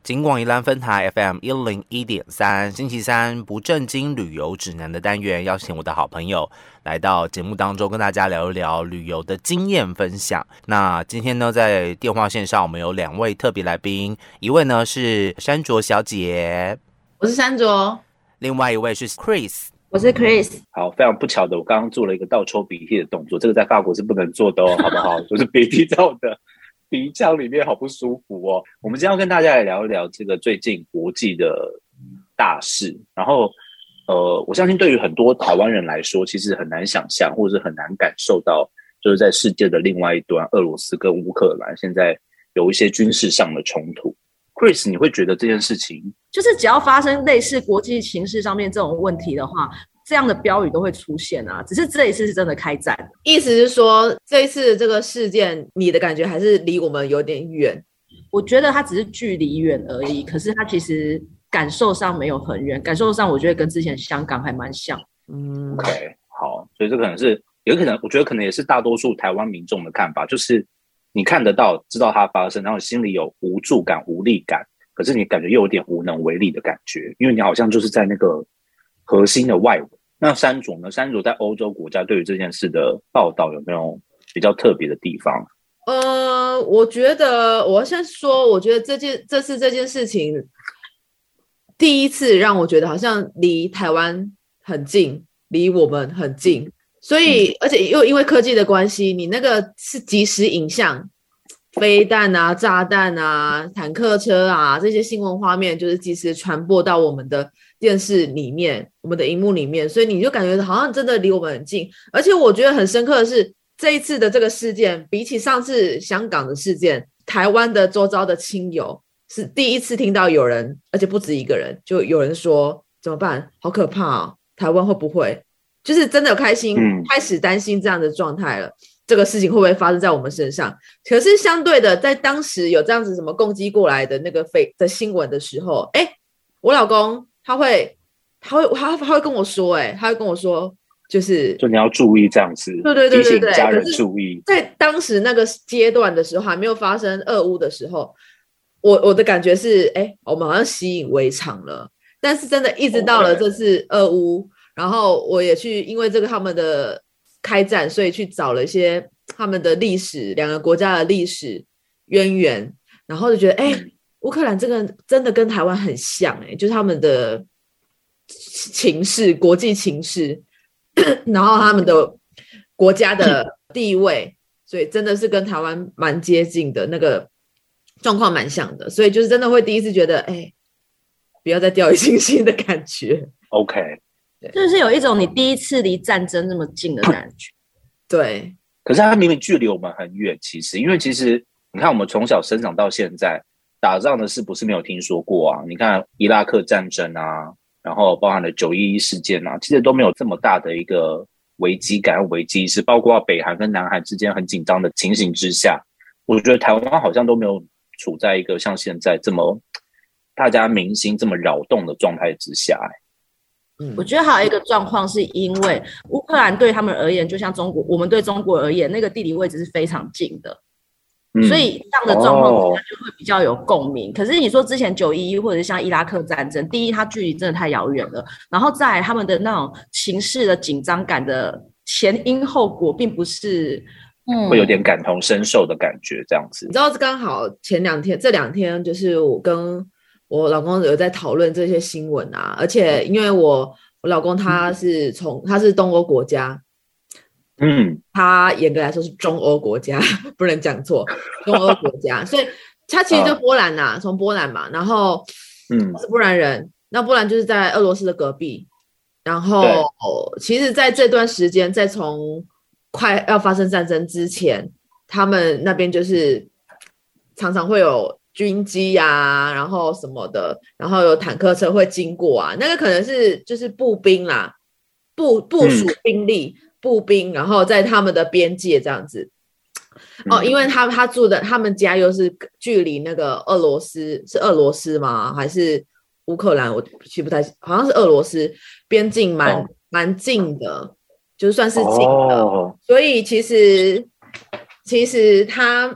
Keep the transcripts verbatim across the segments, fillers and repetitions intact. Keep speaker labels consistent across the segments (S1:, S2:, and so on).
S1: 金广宜兰分台 F M 一零一点三，星期三不正经旅游指南的单元，邀请我的好朋友来到节目当中，跟大家聊一聊旅游的经验分享。那今天呢，在电话线上我们有两位特别来宾，一位呢是珊卓小姐，
S2: 我是珊卓；
S1: 另外一位是 Chris，
S2: 我是 Chris。
S3: 好，非常不巧的，我刚刚做了一个倒抽鼻涕的动作，这个在法国是不能做的哦，好不好？就是鼻涕在我的鼻腔里面，好不舒服哦。我们今天要跟大家来聊一聊这个最近国际的大事，然后呃，我相信对于很多台湾人来说，其实很难想象，或者是很难感受到，就是在世界的另外一端，俄罗斯跟乌克兰现在有一些军事上的冲突。Chris， 你会觉得这件事情，
S2: 就是只要发生类似国际情势上面这种问题的话，这样的标语都会出现啊，只是这一次是真的开战。
S4: 意思是说，这一次这个事件，你的感觉还是离我们有点远？
S2: 我觉得它只是距离远而已，可是它其实感受上没有很远，感受上我觉得跟之前香港还蛮像。
S3: 嗯 ，OK， 好，所以这可能是，有可能，我觉得可能也是大多数台湾民众的看法，就是你看得到，知道它发生，然后心里有无助感、无力感，可是你感觉又有点无能为力的感觉，因为你好像就是在那个核心的外围。那珊卓呢？珊卓在欧洲国家对于这件事的报道有没有比较特别的地方？
S4: 呃，我觉得我先说，我觉得这件这次这件事情，第一次让我觉得好像离台湾很近，离我们很近，所以、嗯、而且又因为科技的关系，你那个是即时影像，飞弹啊、炸弹啊、坦克车啊这些新闻画面，就是即时传播到我们的电视里面，我们的荧幕里面，所以你就感觉好像真的离我们很近。而且我觉得很深刻的是，这一次的这个事件比起上次香港的事件，台湾的周遭的亲友是第一次听到有人，而且不止一个人，就有人说怎么办，好可怕哦，台湾会不会就是真的有开心、嗯、开始担心这样的状态了，这个事情会不会发生在我们身上。可是相对的，在当时有这样子什么攻击过来的那个飞的新闻的时候，哎，我老公他会他会他他会跟我说，哎，他会跟我说，就是
S3: 就你要注意这样子，
S4: 对对对对对，
S3: 提醒家人注意。
S4: 在当时那个阶段的时候，还没有发生俄乌的时候，我我的感觉是，哎，我们好像习以为常了。但是真的一直到了这次俄乌， okay. 然后我也去因为这个他们的开战，所以去找了一些他们的历史，两个国家的历史渊源，然后就觉得，哎。嗯乌克兰这个真的跟台湾很像，欸，就是他们的情势，国际情势，然后他们的国家的地位，所以真的是跟台湾蛮接近的，那个状况蛮像的，所以就是真的会第一次觉得，哎，不要再掉以轻心的感觉。
S3: OK，
S2: 就是有一种你第一次离战争那么近的感觉。
S4: 对，
S3: 可是它明明距离我们很远，其实，因为其实你看，我们从小生长到现在。打仗的事不是没有听说过啊，你看伊拉克战争啊，然后包含了九一一事件啊，其实都没有这么大的一个危机感、危机意识，包括北韩跟南韩之间很紧张的情形之下，我觉得台湾好像都没有处在一个像现在这么大家民心这么扰动的状态之下。
S2: 嗯，我觉得还有一个状况是因为乌克兰对他们而言，就像中国，我们对中国而言，那个地理位置是非常近的。嗯、所以这样的状况就会比较有共鸣、哦、可是你说之前九一一或者是像伊拉克战争，第一它距离真的太遥远了，然后再来他们的那种情势的紧张感的前因后果并不是、
S3: 嗯、会有点感同身受的感觉这样子。
S4: 你知道刚好前两天这两天就是我跟我老公有在讨论这些新闻啊，而且因为我我老公他是从他是东欧国家，嗯，他严格来说是中欧国家，不能讲错，中欧国家，所以他其实就波兰呐、啊，从波兰嘛，然后嗯，是波兰人，那波兰就是在俄罗斯的隔壁，然后其实在这段时间，在从快要发生战争之前，他们那边就是常常会有军机啊，然后什么的，然后有坦克车会经过啊，那个可能是就是步兵啦，部部署兵力。嗯步兵，然后在他们的边界这样子，哦，因为他他住的他们家又是距离那个俄罗斯，是俄罗斯吗？还是乌克兰？我记不太，好像是俄罗斯边境蛮蛮、哦、近的，就算是近的，哦、所以其实其实他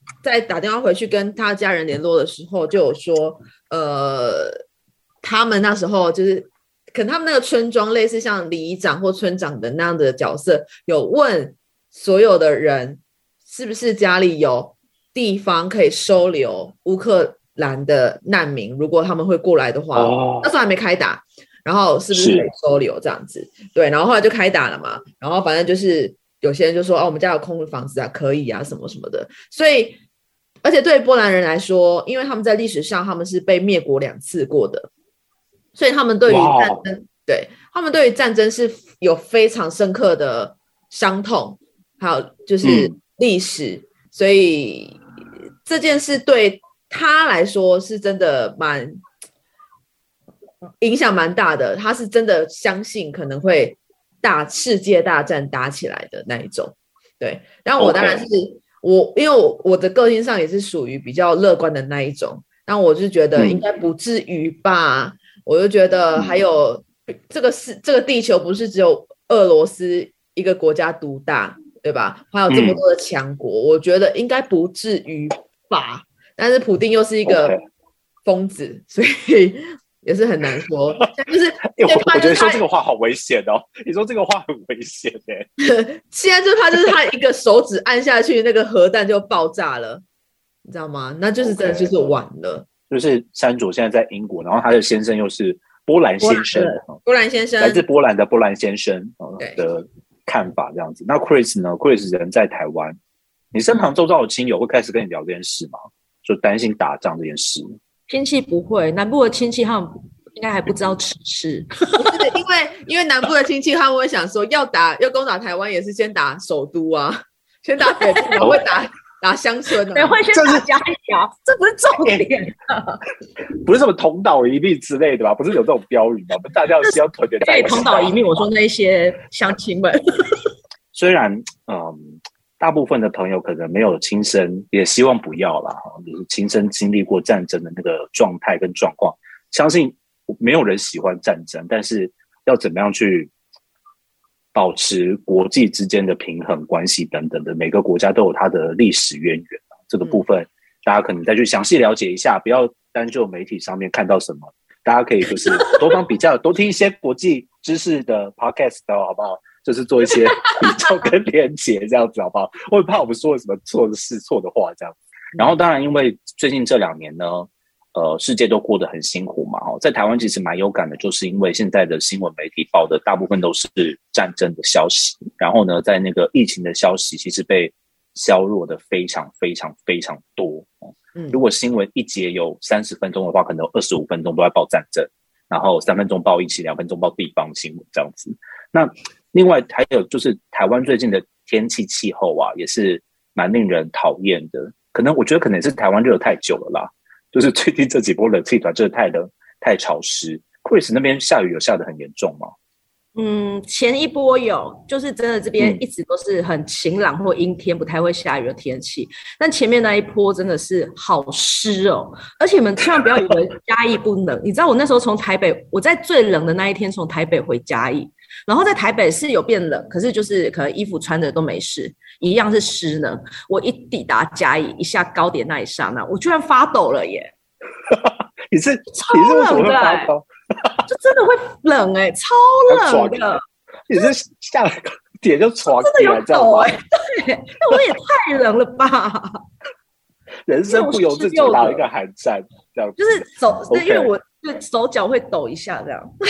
S4: 在打电话回去跟他家人联络的时候，就有说，呃，他们那时候就是可能他们那个村庄类似像里长或村长的那样的角色，有问所有的人是不是家里有地方可以收留乌克兰的难民，如果他们会过来的话，哦、那时候还没开打，然后是不是可以收留这样子？对，然后后来就开打了嘛，然后反正就是有些人就说，哦，我们家有空的房子啊，可以啊，什么什么的。所以，而且对波兰人来说，因为他们在历史上他们是被灭国两次过的，所以他们对于战争，对他们对于战争是有非常深刻的伤痛，还有就是历史，嗯、所以这件事对他来说是真的蛮影响蛮大的。他是真的相信可能会大世界大战打起来的那一种。对，然后我当然是、okay. 我，因为 我, 我的个性上也是属于比较乐观的那一种，然后我就觉得应该不至于吧。嗯、我就觉得还有、嗯、这个是这个地球不是只有俄罗斯一个国家独大，对吧？还有这么多的强国、嗯，我觉得应该不至于吧。但是普丁又是一个疯子， okay. 所以也是很难说。就是、欸、
S3: 我, 我觉得说这个话好危险哦！你说这个话很危险哎。
S4: 现在就怕就是他一个手指按下去，那个核弹就爆炸了，你知道吗？那就是真的就是完了。
S3: Okay. 就是山卓现在在英国，然后他的先生又是波兰先生，
S4: 波兰先生
S3: 来自波兰的波兰先生、呃、的看法这样子。那 Chris 呢 ？Chris 人在台湾，你身旁周遭的亲友会开始跟你聊这件事吗？就担心打仗这件事。
S2: 亲戚不会，南部的亲戚他们应该还不知道此事。
S4: 因为因为南部的亲戚他们会想说，要打要攻打台湾也是先打首都啊，先打北部，然后会打打乡村啊，
S2: 对，会先打嘉义啊，这不是重点、啊，
S3: 不是什么同岛一命之类的吧？不是有这种标语吗？大家需要团结在一起。
S2: 对，同岛一命，我说那些乡亲们，
S3: 虽然嗯。大部分的朋友可能没有亲身，也希望不要啦，就是亲身经历过战争的那个状态跟状况。相信没有人喜欢战争，但是要怎么样去保持国际之间的平衡关系等等的，每个国家都有它的历史渊源。这个部分、嗯、大家可能再去详细了解一下，不要单就媒体上面看到什么，大家可以就是多方比较，多听一些国际知识的 podcast 的好不好？就是做一些比较跟连结这样子好不好？我很怕我们说了什么错的事错的话这样。然后当然因为最近这两年呢呃，世界都过得很辛苦嘛，在台湾其实蛮有感的，就是因为现在的新闻媒体报的大部分都是战争的消息，然后呢在那个疫情的消息其实被削弱的非常非常非常多。如果新闻一节有三十分钟的话，可能有二十五分钟都在报战争，然后三分钟报疫情，两分钟报地方新闻这样子。那另外还有就是台湾最近的天气气候啊，也是蛮令人讨厌的。可能我觉得可能也是台湾热太久了啦，就是最近这几波冷气团真的太冷太潮湿。Chris 那边下雨有下得很严重吗？
S2: 嗯，前一波有，就是真的这边一直都是很晴朗或阴天，不太会下雨的天气。但前面那一波真的是好湿哦，而且你们千万不要以为嘉义不冷，你知道我那时候从台北，我在最冷的那一天从台北回嘉义。然后在台北是有变冷，可是就是可能衣服穿着都没事，一样是湿呢。我一抵达嘉义，一下高点那一刹那，我居然发抖了耶！
S3: 你是
S2: 超冷的、欸，就真的会冷哎、欸，超冷的。
S3: 你是下了点就喘
S2: 真的有抖哎、欸，对，那我也太冷了吧！
S3: 人生不由自主打一个寒战，这样
S2: 就是手， okay. 因为我对手脚会抖一下这样。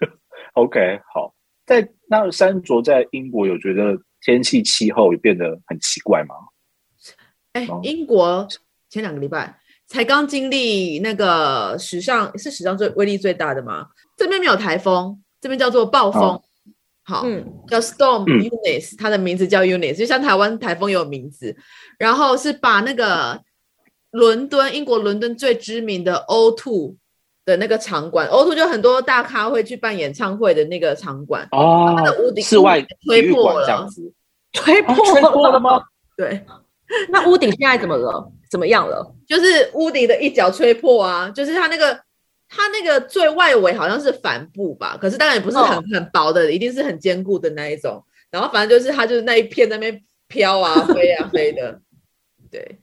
S3: OK， 好。在那山卓在英国有觉得天气气候也变得很奇怪吗？
S4: 哎、欸，英国前两个礼拜才刚经历那个史上是史上最威力最大的吗？这边没有台风，这边叫做暴风，哦、好、嗯，叫 Storm Eunice，、嗯、它的名字叫 Eunice， 就像台湾台风有名字，然后是把那个伦敦英国伦敦最知名的 O 二的那个场馆 O 二就很多大咖会去办演唱会的那个场馆
S3: 哦，
S4: 它的屋顶
S3: 室外
S4: 吹破了，
S3: 这样子
S2: 吹破了、
S3: 哦、吹破了吗？
S4: 对，
S2: 那屋顶现在怎么了？怎么样了？
S4: 就是屋顶的一角吹破啊，就是它那个它那个最外围好像是帆布吧，可是当然也不是很、哦、很薄的，一定是很坚固的那一种。然后反正就是它就是那一片在那边飘啊飞啊飞的，对。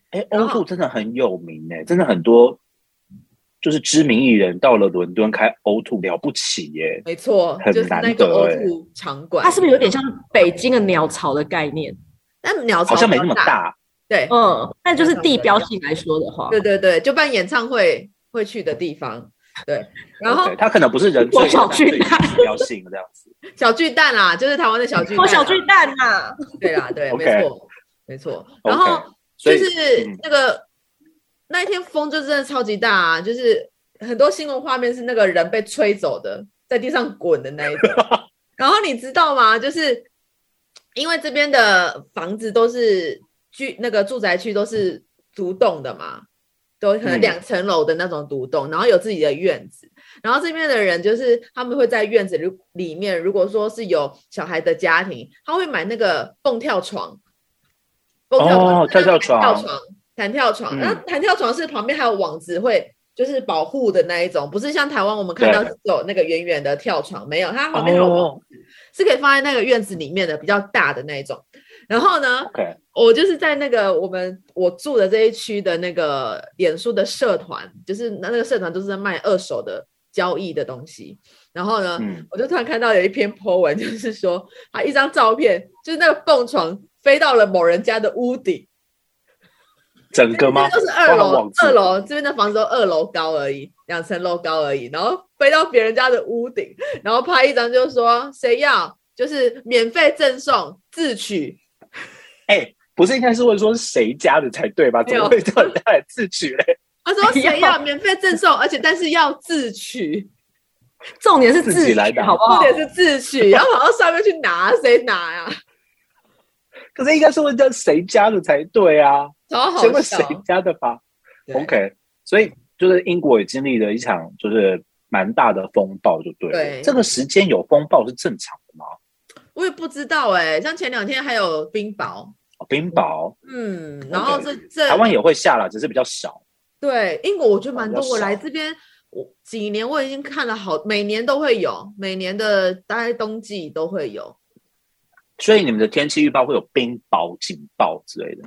S3: 哎，O 二真的很有名哎，真的很多就是知名艺人到了伦敦开 O 二了不起耶，
S4: 没错，
S3: 很
S4: 就是那个 O 二场馆，
S2: 它是不是有点像北京的鸟巢的概念？
S4: 但鸟巢
S3: 好像没那么大，
S4: 对，
S2: 嗯，但就是地标性来说的话，
S4: 对对对，就办演唱会会去的地方，对。然后
S3: 它可能不是人最
S2: 小巨蛋
S3: 地标性这样子，
S4: 小巨蛋啦，就是台湾的小巨蛋，
S2: 小巨蛋啦，
S4: 对啦，对，
S3: okay,
S4: 没错，没错。然后
S3: okay,
S4: 就是那个、嗯、那一天风就真的超级大啊，就是很多新闻画面是那个人被吹走的，在地上滚的那一种。然后你知道吗？就是因为这边的房子都是居那个住宅区都是独栋的嘛，都可能两层楼的那种独栋、嗯，然后有自己的院子。然后这边的人就是他们会在院子里面，如果说是有小孩的家庭，他会买那个蹦跳床，蹦跳床、
S3: 哦、跳跳床、
S4: 跳床、弹跳床。那、嗯、弹跳床是旁边还有网子会就是保护的那一种，不是像台湾我们看到有那个圆圆的跳床，没有，它旁边还有网子、哦，是可以放在那个院子里面的，比较大的那一种。然后呢、
S3: okay.
S4: 我就是在那个我们我住的这一区的那个脸书的社团，就是那个社团都是在卖二手的交易的东西。然后呢、嗯、我就突然看到有一篇 po 文，就是说他一张照片，就是那个蹦床飞到了某人家的屋顶，
S3: 整个吗？
S4: 就是二楼，二楼这边的房子都二楼高而已，两层楼高而已，然后飞到别人家的屋顶，然后拍一张就说谁要就是免费赠送自取。
S3: 哎、欸，不是应该是问说是谁家的才对吧？怎么会叫人家来自取嘞？
S4: 他说谁要免费赠送，而且但是要自取，
S2: 重点是自
S3: 己来的，
S2: 好不好？
S4: 重点是自取，然后跑到上面去拿，谁拿呀、啊？
S3: 可是应该是问叫谁家的才对啊，
S4: 超好笑，
S3: 先问谁家的吧。OK， 所以就是英国也经历了一场就是蛮大的风暴，就对了。对，这个时间有风暴是正常的吗？
S4: 我也不知道哎、欸，像前两天还有冰雹。
S3: 冰雹，
S4: 嗯，然后这这
S3: 台湾也会下了，只是比较少。
S4: 对，英国我觉得蛮多。我来这边我几年，我已经看了好，每年都会有，每年的大概冬季都会有。
S3: 所以你们的天气预报会有冰雹警报之类的？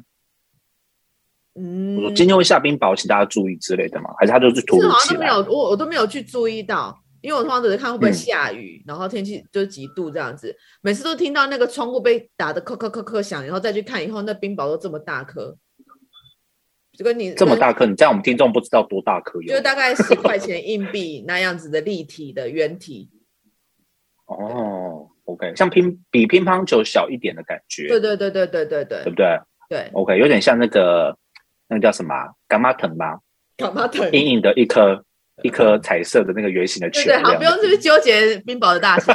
S3: 嗯，我今天会下冰雹，请大家注意之类的吗？还是它就是突如其来？
S4: 没有，我我都没有去注意到。因为我通常只是看会不会下雨、嗯、然后天气就是几度这样子，每次都听到那个窗户被打得咳咳咳咳响，然后再去看以后那冰雹都这么大颗，就跟你
S3: 这么大颗，你这样我们听众不知道多大颗，
S4: 就大概十块钱硬币那样子的立体的圆体。
S3: 哦 ，OK， 像乒比乒乓球小一点的感觉。
S4: 对对对对对对对，
S3: 对不对？
S4: 对
S3: ，OK， 有点像那个那个叫什么伽马藤吧？
S4: 伽马藤，
S3: 硬硬的一颗。一颗彩色的那个圆形的球，
S4: 对对，好，不用这边纠结冰雹的大小。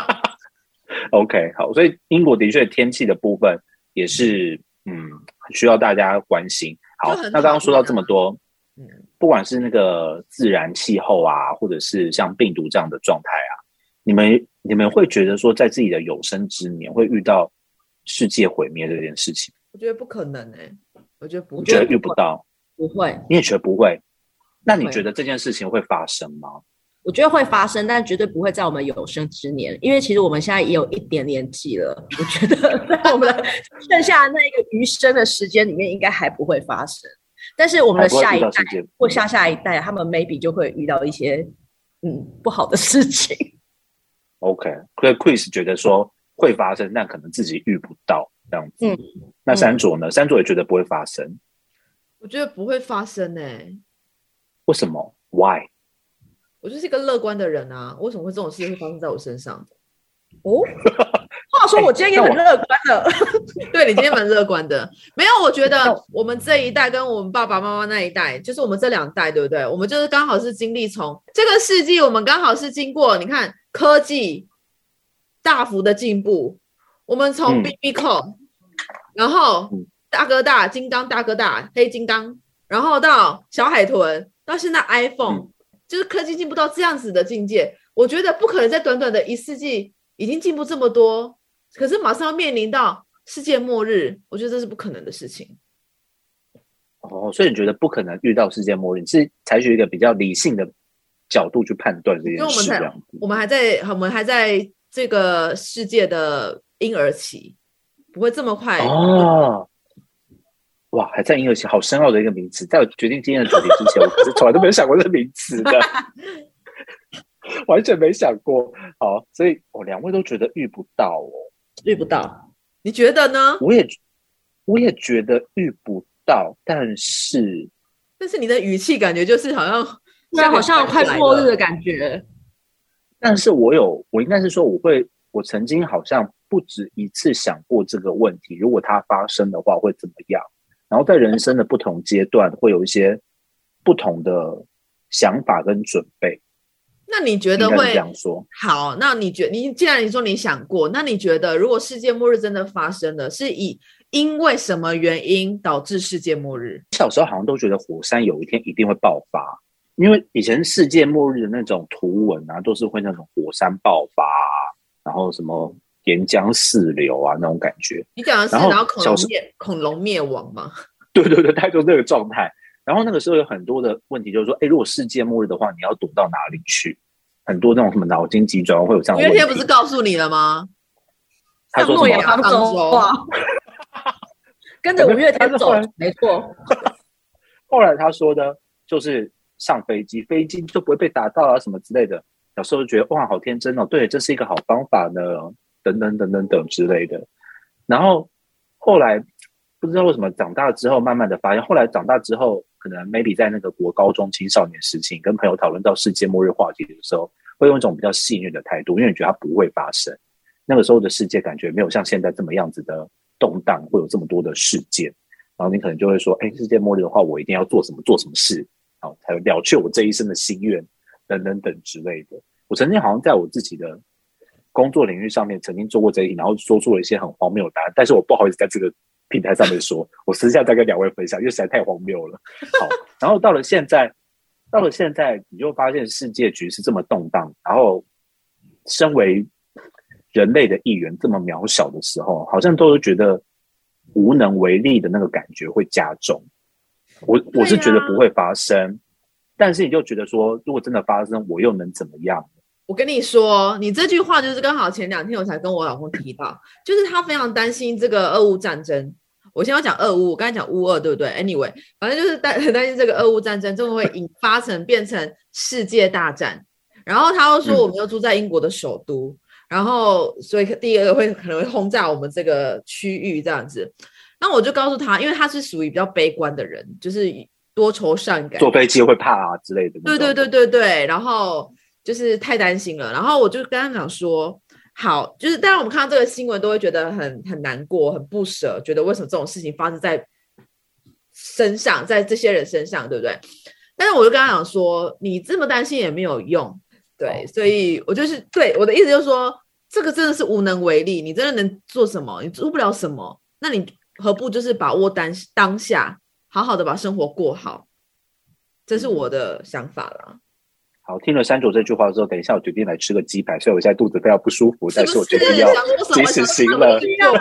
S3: OK， 好，所以英国的确天气的部分也是，嗯，需要大家关心。好，好那刚刚说到这么多，嗯，不管是那个自然气候啊，或者是像病毒这样的状态啊，你们你们会觉得说，在自己的有生之年会遇到世界毁灭这件事情？
S4: 我觉得不可能哎、欸，我觉得不会，
S3: 我觉得遇不到，
S2: 不会，
S3: 你也觉得不会。那你觉得这件事情会发生吗？
S2: 我觉得会发生，但绝对不会在我们有生之年，因为其实我们现在也有一点年纪了。我觉得在我们的剩下的那一个余生的时间里面，应该还不会发生。但是我们的下一代或下下一代，他们 maybe 就会遇到一些嗯不好的事情。
S3: OK， 所以 Chris 觉得说会发生，但可能自己遇不到这样子。嗯，那山卓呢？山卓也觉得不会发生。
S4: 我觉得不会发生哎、欸。
S3: 为什么 ？Why？
S4: 我就是一个乐观的人啊，为什么会这种事会发生在我身上？
S2: 哦，话说我今天也很乐观的，
S4: 对你今天蛮乐观的。没有，我觉得我们这一代跟我们爸爸妈妈那一代，就是我们这两代，对不对？我们就是刚好是经历从这个世纪，我们刚好是经过，你看科技大幅的进步，我们从 B B Call，、嗯、然后大哥大、金刚大哥大、黑金刚，然后到小海豚。到现在 iPhone、嗯、就是科技进步到这样子的境界，我觉得不可能在短短的一世纪已经进步这么多，可是马上要面临到世界末日，我觉得这是不可能的事情。
S3: 哦，所以你觉得不可能遇到世界末日，你是采取一个比较理性的角度去判断这件事，这样子。
S4: 我们还在我们还在这个世界的婴儿期，不会这么快。
S3: 哦， 哇，还在婴儿期，好深奥的一个名词。在我决定今天的主题之前，我可是从来都没有想过这个名词的，完全没想过。好，所以我、哦、两位都觉得遇不到哦，
S2: 遇不到，
S4: 你觉得呢？
S3: 我也我也觉得遇不到，但是
S4: 但是你的语气感觉就是好像，
S2: 对，好像快末日的感觉。
S3: 但是我有，我应该是说，我会，我曾经好像不止一次想过这个问题，如果它发生的话会怎么样？然后在人生的不同阶段会有一些不同的想法跟准备。
S4: 那你觉得会
S3: 这样说？
S4: 好，那你觉你既然你说你想过，那你觉得如果世界末日真的发生了，是以因为什么原因导致世界末日？
S3: 小时候好像都觉得火山有一天一定会爆发，因为以前世界末日的那种图文啊，都是会那种火山爆发啊，然后什么岩浆四流啊那种感觉。
S4: 你讲的是然后恐龙灭恐龙灭亡吗？
S3: 对对对，大概就是这个状态。然后那个时候有很多的问题，就是说，哎，如果世界末日的话，你要躲到哪里去？很多那种什么脑筋急转弯会有这样的问题。
S4: 五月天不是告诉你了吗？
S3: 他说什么？
S2: 上周啊，跟着五月天走，没错。
S3: 后来他说的，就是上飞机，飞机就不会被打到啊，什么之类的。小时候就觉得哇，好天真哦，对，这是一个好方法呢，等等等等等之类的。然后后来不知道为什么长大之后，慢慢的发现，后来长大之后，可能 maybe 在那个国高中青少年时期，跟朋友讨论到世界末日话题的时候，会用一种比较戏谑的态度，因为你觉得它不会发生。那个时候的世界感觉没有像现在这么样子的动荡，会有这么多的事件，然后你可能就会说，哎，世界末日的话，我一定要做什么做什么事，然后才会了却我这一生的心愿，等等等之类的。我曾经好像在我自己的工作领域上面曾经做过这一题，然后说出了一些很荒谬的答案，但是我不好意思在这个平台上面说，我私下再跟两位分享，因为实在太荒谬了。好，然后到了现在，到了现在，你就发现世界局势这么动荡，然后身为人类的一员这么渺小的时候，好像都是觉得无能为力的那个感觉会加重。我我是觉得不会发生，啊、但是你就觉得说，如果真的发生，我又能怎么样？
S4: 我跟你说，你这句话就是刚好前两天我才跟我老公提到，就是他非常担心这个俄乌战争。我先要讲俄乌，我刚才讲乌俄，对不对 ？Anyway， 反正就是担很担心这个俄乌战争，真的会引发成变成世界大战。然后他又说，我们又住在英国的首都，嗯、然后所以第一个会可能会轰炸我们这个区域这样子。那我就告诉他，因为他是属于比较悲观的人，就是多愁善感，
S3: 坐飞机会怕啊之类的。
S4: 对对对对对，然后。就是太担心了，然后我就跟他讲说，好，就是当然我们看到这个新闻都会觉得很很难过、很不舍，觉得为什么这种事情发生在身上，在这些人身上，对不对？但是我就跟他讲说，你这么担心也没有用，对，所以我就是对我的意思就是说，这个真的是无能为力，你真的能做什么？你做不了什么，那你何不就是把握当当下，好好的把生活过好？这是我的想法啦。
S3: 好，听了山竹这句话之后，等一下我决定来吃个鸡排，所以我现在肚子非常不舒服，是是但是我决定要及时行乐，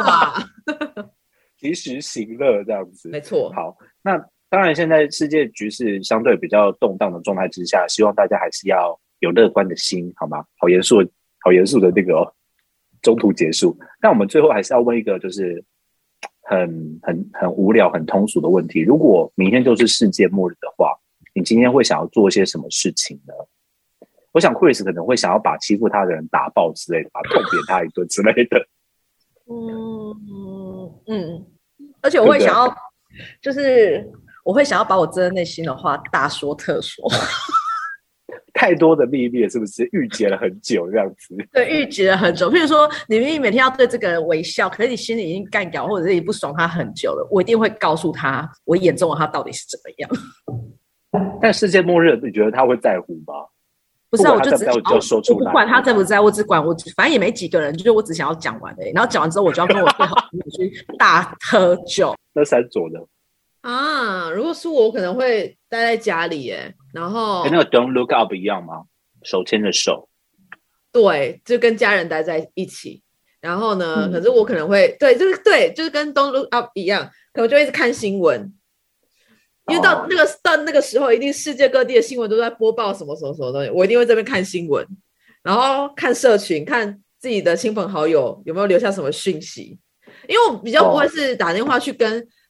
S3: 及时行乐这样子，
S4: 没错。
S3: 好，那当然现在世界局势相对比较动荡的状态之下，希望大家还是要有乐观的心，好吗？好严肃，好严肃的那个、哦、中途结束。那我们最后还是要问一个就是很很很无聊、很通俗的问题：如果明天就是世界末日的话，你今天会想要做些什么事情呢？我想 Chris 可能会想要把欺负他的人打爆之类的，把痛扁他一顿之类的。
S2: 嗯嗯，而且我会想要，就是我会想要把我真的内心的话大说特说。
S3: 太多的秘密是不是郁结了很久这样子？
S2: 对，郁结了很久。譬如说，你明明每天要对这个人微笑，可是你心里已经干掉，或者是你不爽他很久了，我一定会告诉他，我眼中的他到底是怎么样。
S3: 但世界末日，你觉得他会在乎吗？
S2: 不是啊，我就只
S3: 我就说出来，
S2: 我不管他在不在，我只管我，反正也没几个人，就是我只想要讲完而已。然后讲完之后，我就要跟我最好的朋友去大喝酒。
S3: 那山卓呢？
S4: 啊，如果是我，我可能会待在家里耶。然后
S3: 跟那个 Don't Look Up 一样吗？手牵着手。
S4: 对，就跟家人待在一起。然后呢，嗯、可是我可能会对，就是对，就是跟 Don't Look Up 一样，可能就一直看新闻。因为到那个、哦、到那个时候，一定世界各地的新闻都在播报什么什么什么东西，我一定会这边看新闻，然后看社群，看自己的亲朋好友有没有留下什么讯息。因为我比较不会是打电话去跟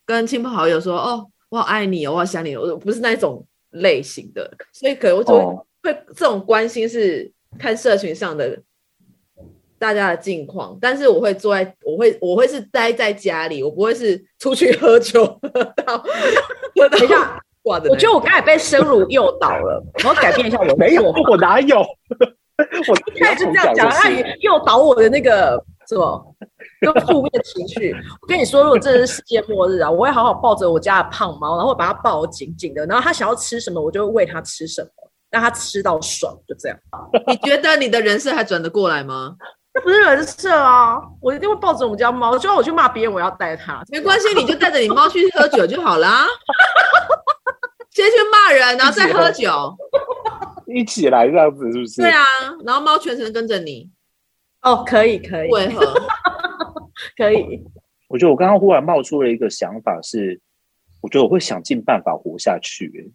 S4: 跟亲朋好友说哦，我好爱你哦，我好想你哦，我不是那种类型的，所以可能我就会、哦、会这种关心是看社群上的大家的近况，但是我会坐在，我会我会是待在家里，我不会是出去喝酒喝到喝到。等一下，
S2: 我觉得我刚才被生乳诱导了，我要改变一下我的。
S3: 没有，我哪有？
S2: 我一开始就这样讲，他诱导我的那个什么，就负面情绪。我跟你说，如果真的是世界末日啊，我会好好抱着我家的胖猫，然后把它抱得紧紧的，然后它想要吃什么，我就会喂它吃什么，让它吃到爽，就这样。
S4: 你觉得你的人设还转得过来吗？
S2: 这不是人设啊！我一定会抱着我们家猫，就算我去骂别人，我要带它。
S4: 没关系，你就带着你猫去喝酒就好啦。先去骂人，然后再喝酒，
S3: 一起来这样子是不是？
S4: 对啊，然后猫全程跟着你。
S2: 哦，可以可以。
S4: 为何？
S2: 可以。
S3: 我觉得我刚刚忽然冒出了一个想法是，我觉得我会想尽办法活下去。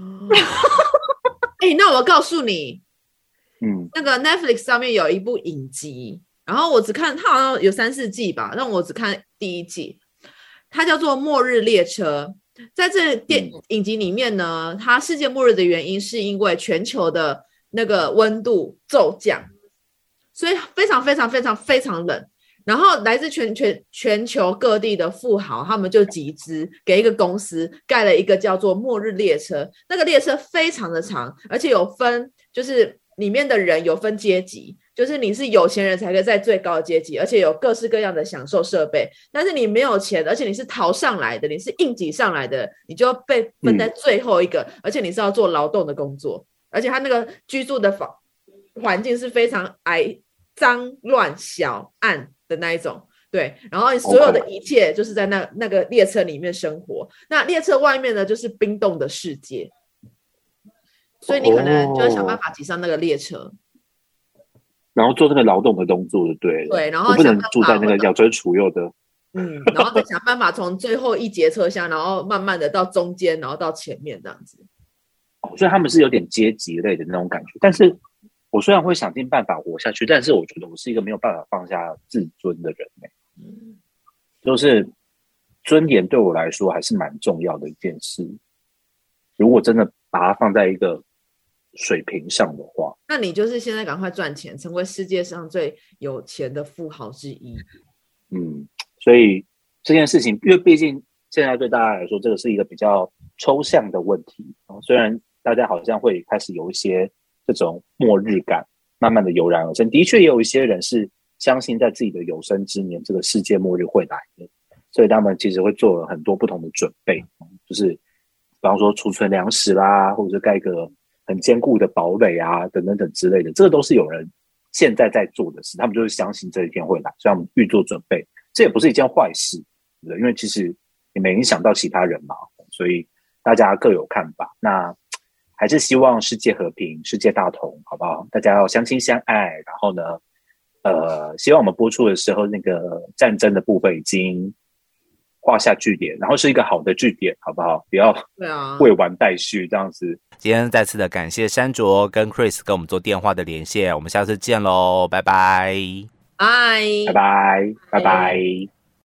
S4: 哎、欸，那我告诉你。
S3: 嗯，
S4: 那个 Netflix 上面有一部影集，然后我只看它好像有三四季吧，但我只看第一季，它叫做《末日列车》。在这电影集里面呢，它世界末日的原因是因为全球的那个温度骤降，所以非常非常非常非常冷。然后来自全全全球各地的富豪，他们就集资给一个公司盖了一个叫做末日列车。那个列车非常的长，而且有分就是。里面的人有分阶级，就是你是有钱人才可以在最高的阶级，而且有各式各样的享受设备。但是你没有钱，而且你是逃上来的，你是硬挤上来的，你就被分在最后一个、嗯、而且你是要做劳动的工作，而且他那个居住的环境是非常矮、脏乱、小、暗的那一种。对，然后你所有的一切就是在那那个列车里面生活。那列车外面呢，就是冰冻的世界。所以你可能就会想办法挤上那个列车、哦，
S3: 然后做那个劳动的动作就对了。
S4: 对，然后
S3: 不能住在那个养尊处优的。
S4: 嗯，然后再想办法从最后一节车厢，然后慢慢的到中间，然后到前面这样子。
S3: 哦，所以他们是有点阶级类的那种感觉。但是我虽然会想尽办法活下去，但是我觉得我是一个没有办法放下自尊的人、欸嗯、就是尊严对我来说还是蛮重要的一件事。如果真的把它放在一个水平上的话，
S4: 那你就是现在赶快赚钱，成为世界上最有钱的富豪之一。
S3: 嗯，所以这件事情，因为毕竟现在对大家来说，这个是一个比较抽象的问题。虽然大家好像会开始有一些这种末日感，慢慢的油然而生。的确，也有一些人是相信在自己的有生之年，这个世界末日会来的，所以他们其实会做了很多不同的准备，就是比方说储存粮食啦，或者是盖个很坚固的堡垒啊，等等等之类的，这个都是有人现在在做的事，他们就是相信这一天会来，所以他们预做准备，这也不是一件坏事，对不对？因为其实也没影响到其他人嘛，所以大家各有看法。那还是希望世界和平，世界大同，好不好？大家要相亲相爱，然后呢，呃，希望我们播出的时候，那个战争的部分已经画下句点，然后是一个好的句点，好不好？不要未完待续这样子。
S1: 今天再次的感谢山卓跟 Chris 跟我们做电话的连线，我们下次见喽，拜拜，
S4: 拜
S3: 拜拜拜拜。